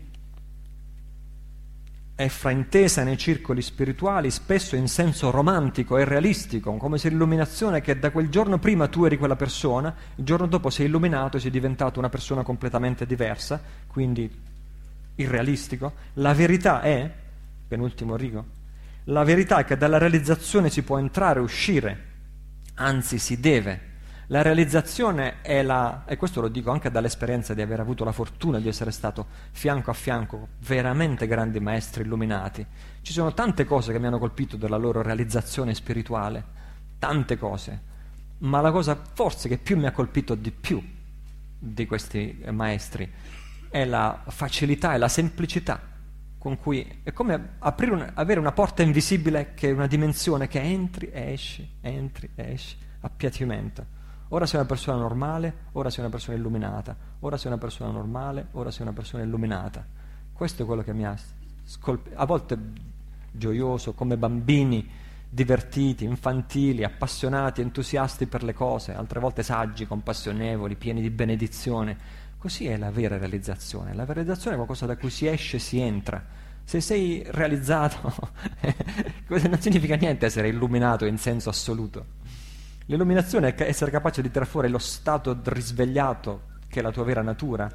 è fraintesa nei circoli spirituali spesso in senso romantico e realistico, come se l'illuminazione che da quel giorno prima tu eri quella persona, il giorno dopo sei illuminato e sei diventato una persona completamente diversa, quindi irrealistico. La verità è, penultimo rigo, la verità è che dalla realizzazione si può entrare e uscire, anzi si deve. La realizzazione è la, e questo lo dico anche dall'esperienza di aver avuto la fortuna di essere stato fianco a fianco veramente grandi maestri illuminati. Ci sono tante cose che mi hanno colpito della loro realizzazione spirituale, tante cose, ma la cosa forse che più mi ha colpito di più di questi maestri è la facilità e la semplicità con cui è come aprire un, avere una porta invisibile che è una dimensione che entri e esci, entri e esci, appiattimento. Ora sei una persona normale, ora sei una persona illuminata, ora sei una persona normale, ora sei una persona illuminata. Questo è quello che mi ha scolpito, a volte gioioso, come bambini divertiti, infantili, appassionati, entusiasti per le cose, altre volte saggi, compassionevoli, pieni di benedizione. Così è la vera realizzazione. La realizzazione è qualcosa da cui si esce e si entra. Se sei realizzato non significa niente essere illuminato in senso assoluto. L'illuminazione è essere capace di tirar fuori lo stato risvegliato che è la tua vera natura,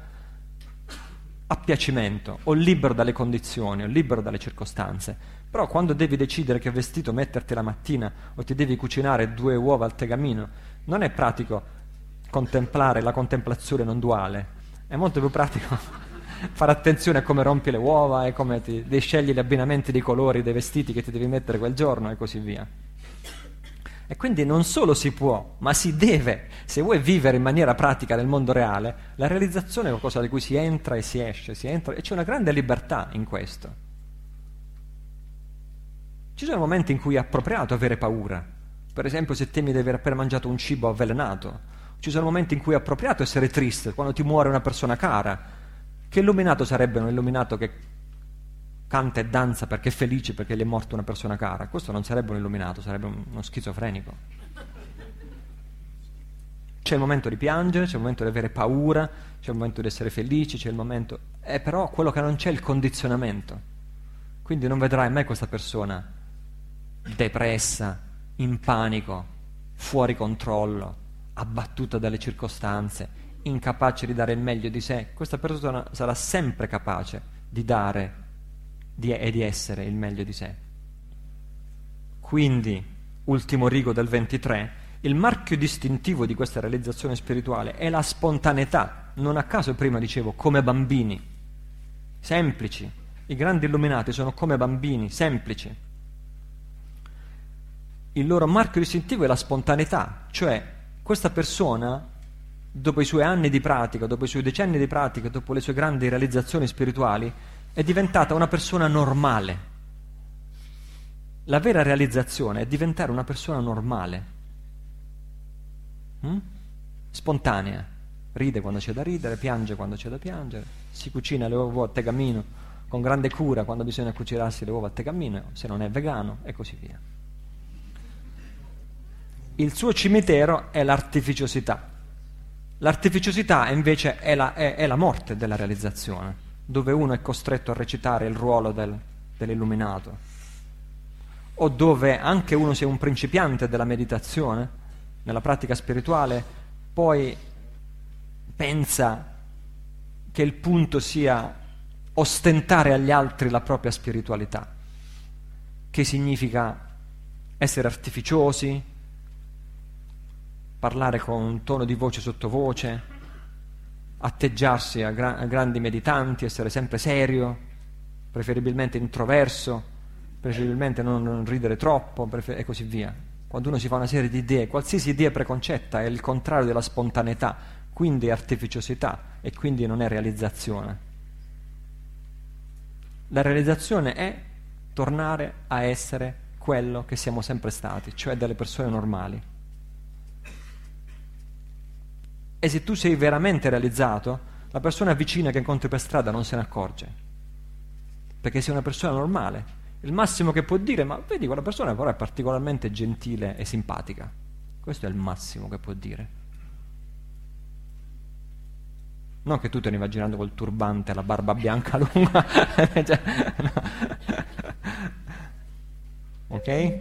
appiacimento, o libero dalle condizioni, o libero dalle circostanze. Però quando devi decidere che vestito metterti la mattina o ti devi cucinare due uova al tegamino, non è pratico contemplare la contemplazione non duale. È molto più pratico fare attenzione a come rompi le uova e come ti devi scegli gli abbinamenti dei colori dei vestiti che ti devi mettere quel giorno e così via. E quindi non solo si può, ma si deve, se vuoi vivere in maniera pratica nel mondo reale, la realizzazione è qualcosa di cui si entra e si esce, si entra, e c'è una grande libertà in questo. Ci sono momenti in cui è appropriato avere paura, per esempio se temi di aver appena mangiato un cibo avvelenato. Ci sono momenti in cui è appropriato essere triste, quando ti muore una persona cara. Che illuminato sarebbe un illuminato che canta e danza perché è felice perché gli è morta una persona cara. Questo non sarebbe un illuminato, sarebbe uno schizofrenico. C'è il momento di piangere, c'è il momento di avere paura, c'è il momento di essere felici, c'è il momento... È però quello che non c'è è il condizionamento. Quindi non vedrai mai questa persona depressa, in panico, fuori controllo, abbattuta dalle circostanze, incapace di dare il meglio di sé. Questa persona sarà sempre capace di dare di, e di essere il meglio di sé. Quindi, ultimo rigo del ventitré, il marchio distintivo di questa realizzazione spirituale è la spontaneità. Non a caso prima dicevo come bambini, semplici. I grandi illuminati sono come bambini, semplici. Il loro marchio distintivo è la spontaneità, cioè questa persona, dopo i suoi anni di pratica, dopo i suoi decenni di pratica, dopo le sue grandi realizzazioni spirituali, è diventata una persona normale. La vera realizzazione è diventare una persona normale. Mm? Spontanea, ride quando c'è da ridere, piange quando c'è da piangere, si cucina le uova a tegamino con grande cura quando bisogna cucinarsi le uova a tegamino, se non è vegano, e così via. Il suo cimitero è l'artificiosità. L'artificiosità invece è la, è, è la morte della realizzazione, dove uno è costretto a recitare il ruolo del, dell'illuminato, o dove anche uno sia un principiante della meditazione, nella pratica spirituale, poi pensa che il punto sia ostentare agli altri la propria spiritualità, che significa essere artificiosi, parlare con un tono di voce sottovoce, atteggiarsi a, gra- a grandi meditanti, essere sempre serio, preferibilmente introverso, preferibilmente non, non ridere troppo, prefer- e così via. Quando uno si fa una serie di idee, qualsiasi idea preconcetta è il contrario della spontaneità, quindi è artificiosità e quindi non è realizzazione. La realizzazione è tornare a essere quello che siamo sempre stati, cioè delle persone normali. E se tu sei veramente realizzato, la persona vicina che incontri per strada non se ne accorge, perché sei una persona normale. Il massimo che può dire, ma vedi, quella persona però è particolarmente gentile e simpatica. Questo è il massimo che può dire. Non che tu te ne immaginando col turbante, la barba bianca lunga. Cioè, no. Ok?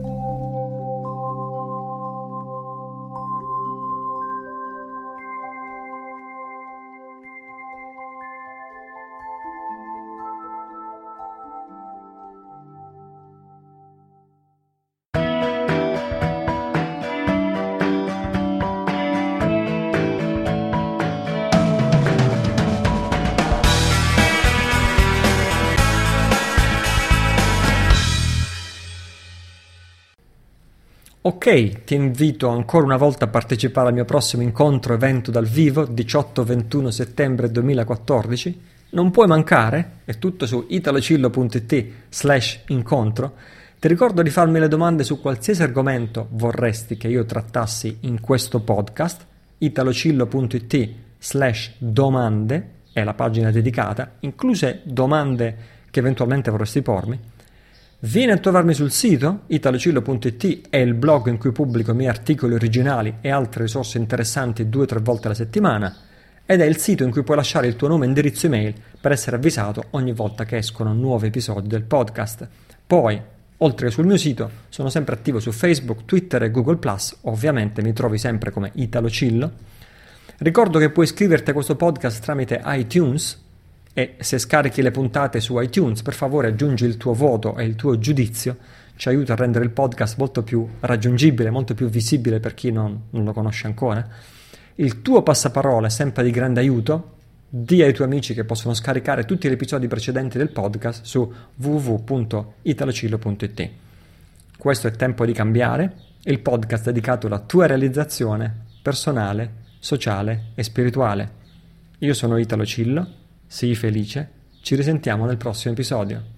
Ok, ti invito ancora una volta a partecipare al mio prossimo incontro evento dal vivo diciotto ventuno settembre duemilaquattordici. Non puoi mancare, è tutto su italocillo.it slash incontro. Ti ricordo di farmi le domande su qualsiasi argomento vorresti che io trattassi in questo podcast. italocillo.it slash domande è la pagina dedicata, incluse domande che eventualmente vorresti pormi. Vieni a trovarmi sul sito, italocillo.it è il blog in cui pubblico i miei articoli originali e altre risorse interessanti due o tre volte alla settimana, ed è il sito in cui puoi lasciare il tuo nome e indirizzo email per essere avvisato ogni volta che escono nuovi episodi del podcast. Poi, oltre che sul mio sito, sono sempre attivo su Facebook, Twitter e Google plus, ovviamente mi trovi sempre come Italocillo. Ricordo che puoi iscriverti a questo podcast tramite iTunes, e se scarichi le puntate su iTunes, per favore aggiungi il tuo voto e il tuo giudizio, ci aiuta a rendere il podcast molto più raggiungibile, molto più visibile per chi non, non lo conosce ancora. Il tuo passaparola è sempre di grande aiuto. Dì ai tuoi amici che possono scaricare tutti gli episodi precedenti del podcast su w w w punto italocillo punto it. Questo è Tempo di cambiare, il podcast dedicato alla tua realizzazione personale, sociale e spirituale. Io sono Italo Cillo. Sii felice, ci risentiamo nel prossimo episodio.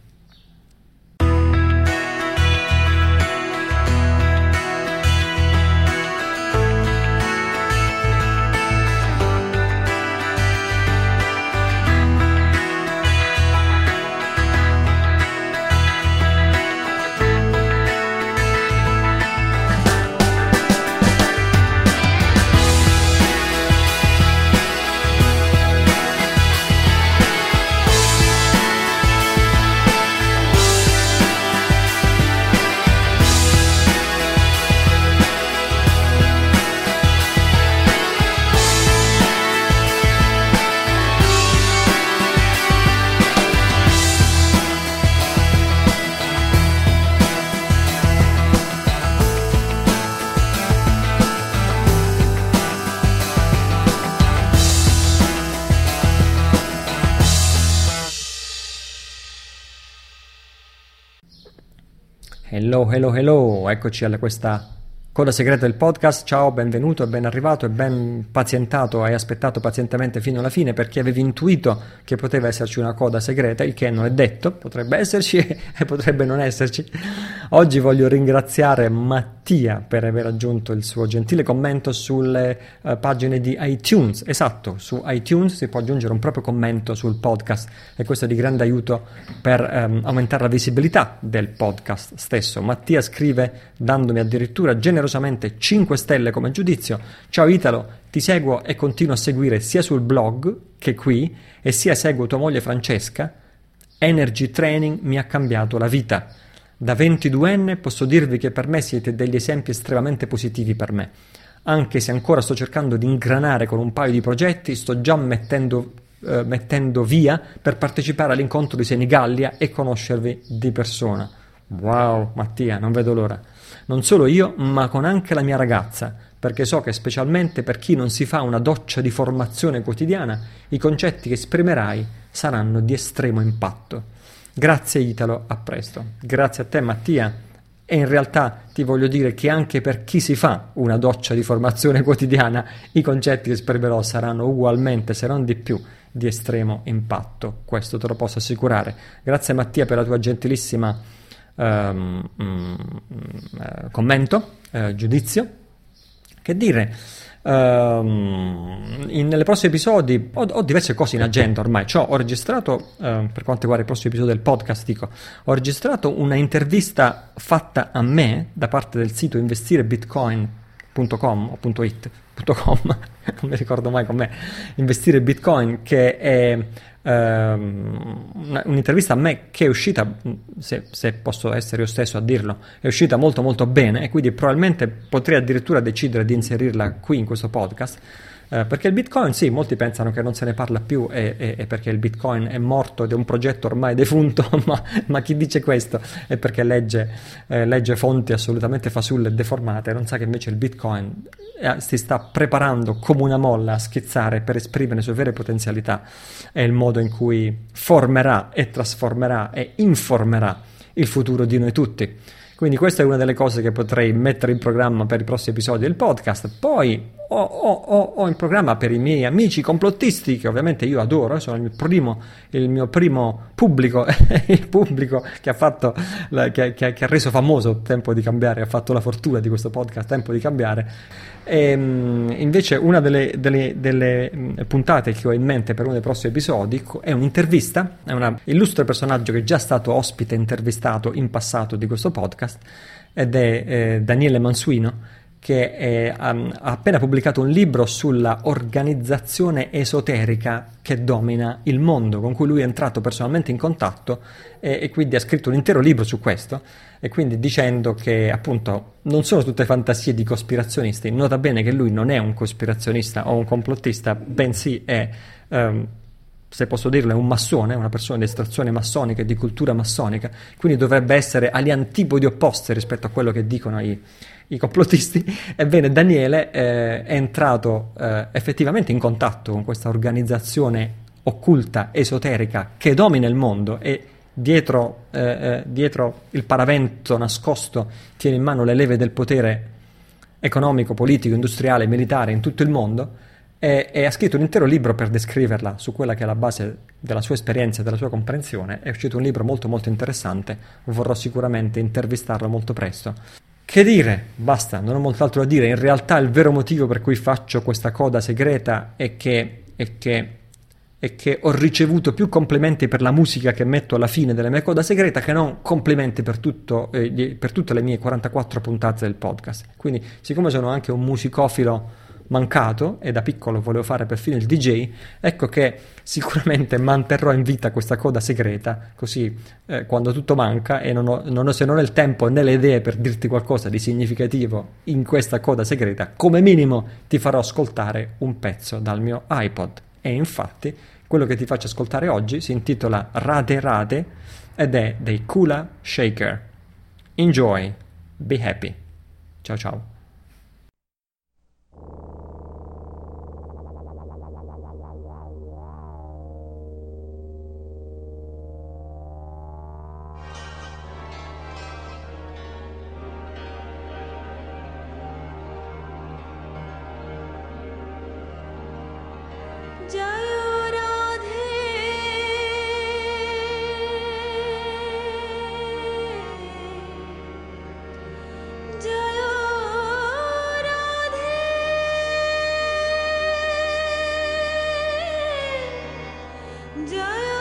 Hello, hello, hello, eccoci alla questa coda segreta del podcast. Ciao, benvenuto, ben arrivato e ben pazientato, hai aspettato pazientemente fino alla fine perché avevi intuito che poteva esserci una coda segreta, il che non è detto, potrebbe esserci e potrebbe non esserci. Oggi voglio ringraziare Mattia per aver aggiunto il suo gentile commento sulle uh, pagine di iTunes. Esatto, su iTunes si può aggiungere un proprio commento sul podcast e questo è di grande aiuto per um, aumentare la visibilità del podcast stesso. Mattia scrive dandomi addirittura generosamente cinque stelle come giudizio: ciao Italo, ti seguo e continuo a seguire sia sul blog che qui e sia seguo tua moglie Francesca. Energy Training mi ha cambiato la vita. Da ventiduenne posso dirvi che per me siete degli esempi estremamente positivi per me. Anche se ancora sto cercando di ingranare con un paio di progetti, sto già mettendo, eh, mettendo via per partecipare all'incontro di Senigallia e conoscervi di persona. Wow, Mattia, non vedo l'ora. Non solo io, ma con anche la mia ragazza, perché so che specialmente per chi non si fa una doccia di formazione quotidiana, i concetti che esprimerai saranno di estremo impatto. Grazie Italo, a presto. Grazie a te Mattia. E in realtà ti voglio dire che anche per chi si fa una doccia di formazione quotidiana, i concetti che esprimerò saranno ugualmente, se non di più, di estremo impatto. Questo te lo posso assicurare. Grazie Mattia per la tua gentilissima um, um, uh, commento, uh, giudizio. Che dire? Uh, in, nelle prossimi episodi ho, ho diverse cose in agenda ormai. Cioè, ho registrato uh, per quanto riguarda i prossimi episodi del podcast, dico, ho registrato una intervista fatta a me da parte del sito investire bitcoin punto com o punto it punto com non mi ricordo mai com'è, Investire Bitcoin, che è um, una, un'intervista a me che è uscita, se, se posso essere io stesso a dirlo, è uscita molto molto bene e quindi probabilmente potrei addirittura decidere di inserirla qui in questo podcast. Uh, perché il Bitcoin, sì, molti pensano che non se ne parla più e, e, e perché il Bitcoin è morto ed è un progetto ormai defunto, ma, ma chi dice questo è perché legge, eh, legge fonti assolutamente fasulle e deformate, non sa che invece il Bitcoin eh, si sta preparando come una molla a schizzare per esprimere le sue vere potenzialità. È il modo in cui formerà e trasformerà e informerà il futuro di noi tutti. Quindi questa è una delle cose che potrei mettere in programma per i prossimi episodi del podcast. Poi ho, ho, ho, ho in programma per i miei amici complottisti, che ovviamente io adoro, sono il mio primo, il mio primo pubblico, il pubblico che ha fatto, la, che, che, che ha reso famoso Tempo di Cambiare, ha fatto la fortuna di questo podcast Tempo di Cambiare. E, invece una delle, delle, delle puntate che ho in mente per uno dei prossimi episodi è un'intervista, è un illustre personaggio che è già stato ospite intervistato in passato di questo podcast ed è eh, Daniele Mansuino, che è, um, ha appena pubblicato un libro sulla organizzazione esoterica che domina il mondo, con cui lui è entrato personalmente in contatto e, e quindi ha scritto un intero libro su questo, e quindi dicendo che appunto non sono tutte fantasie di cospirazionisti. Nota bene che lui non è un cospirazionista o un complottista, bensì è, um, se posso dirlo, è un massone, una persona di estrazione massonica e di cultura massonica, quindi dovrebbe essere agli antipodi opposti rispetto a quello che dicono i i complottisti. Ebbene, Daniele eh, è entrato eh, effettivamente in contatto con questa organizzazione occulta, esoterica, che domina il mondo e dietro, eh, eh, dietro il paravento nascosto tiene in mano le leve del potere economico, politico, industriale, militare in tutto il mondo, e, e ha scritto un intero libro per descriverla su quella che è la base della sua esperienza e della sua comprensione. È uscito un libro molto molto interessante, vorrò sicuramente intervistarlo molto presto. Che dire? Basta, non ho molto altro da dire. In realtà il vero motivo per cui faccio questa coda segreta è che, è che, è che ho ricevuto più complimenti per la musica che metto alla fine della mia coda segreta che non complimenti per, tutto, eh, per tutte le mie quarantaquattro puntate del podcast. Quindi, siccome sono anche un musicofilo mancato e da piccolo volevo fare perfino il D J, ecco che sicuramente manterrò in vita questa coda segreta, così eh, quando tutto manca e non ho, non ho se non il tempo né le idee per dirti qualcosa di significativo in questa coda segreta, come minimo ti farò ascoltare un pezzo dal mio iPod. E infatti quello che ti faccio ascoltare oggi si intitola Rade Rade ed è dei Kula Shaker. Enjoy, be happy. Ciao ciao. জয় রাধে জয় রাধে জয়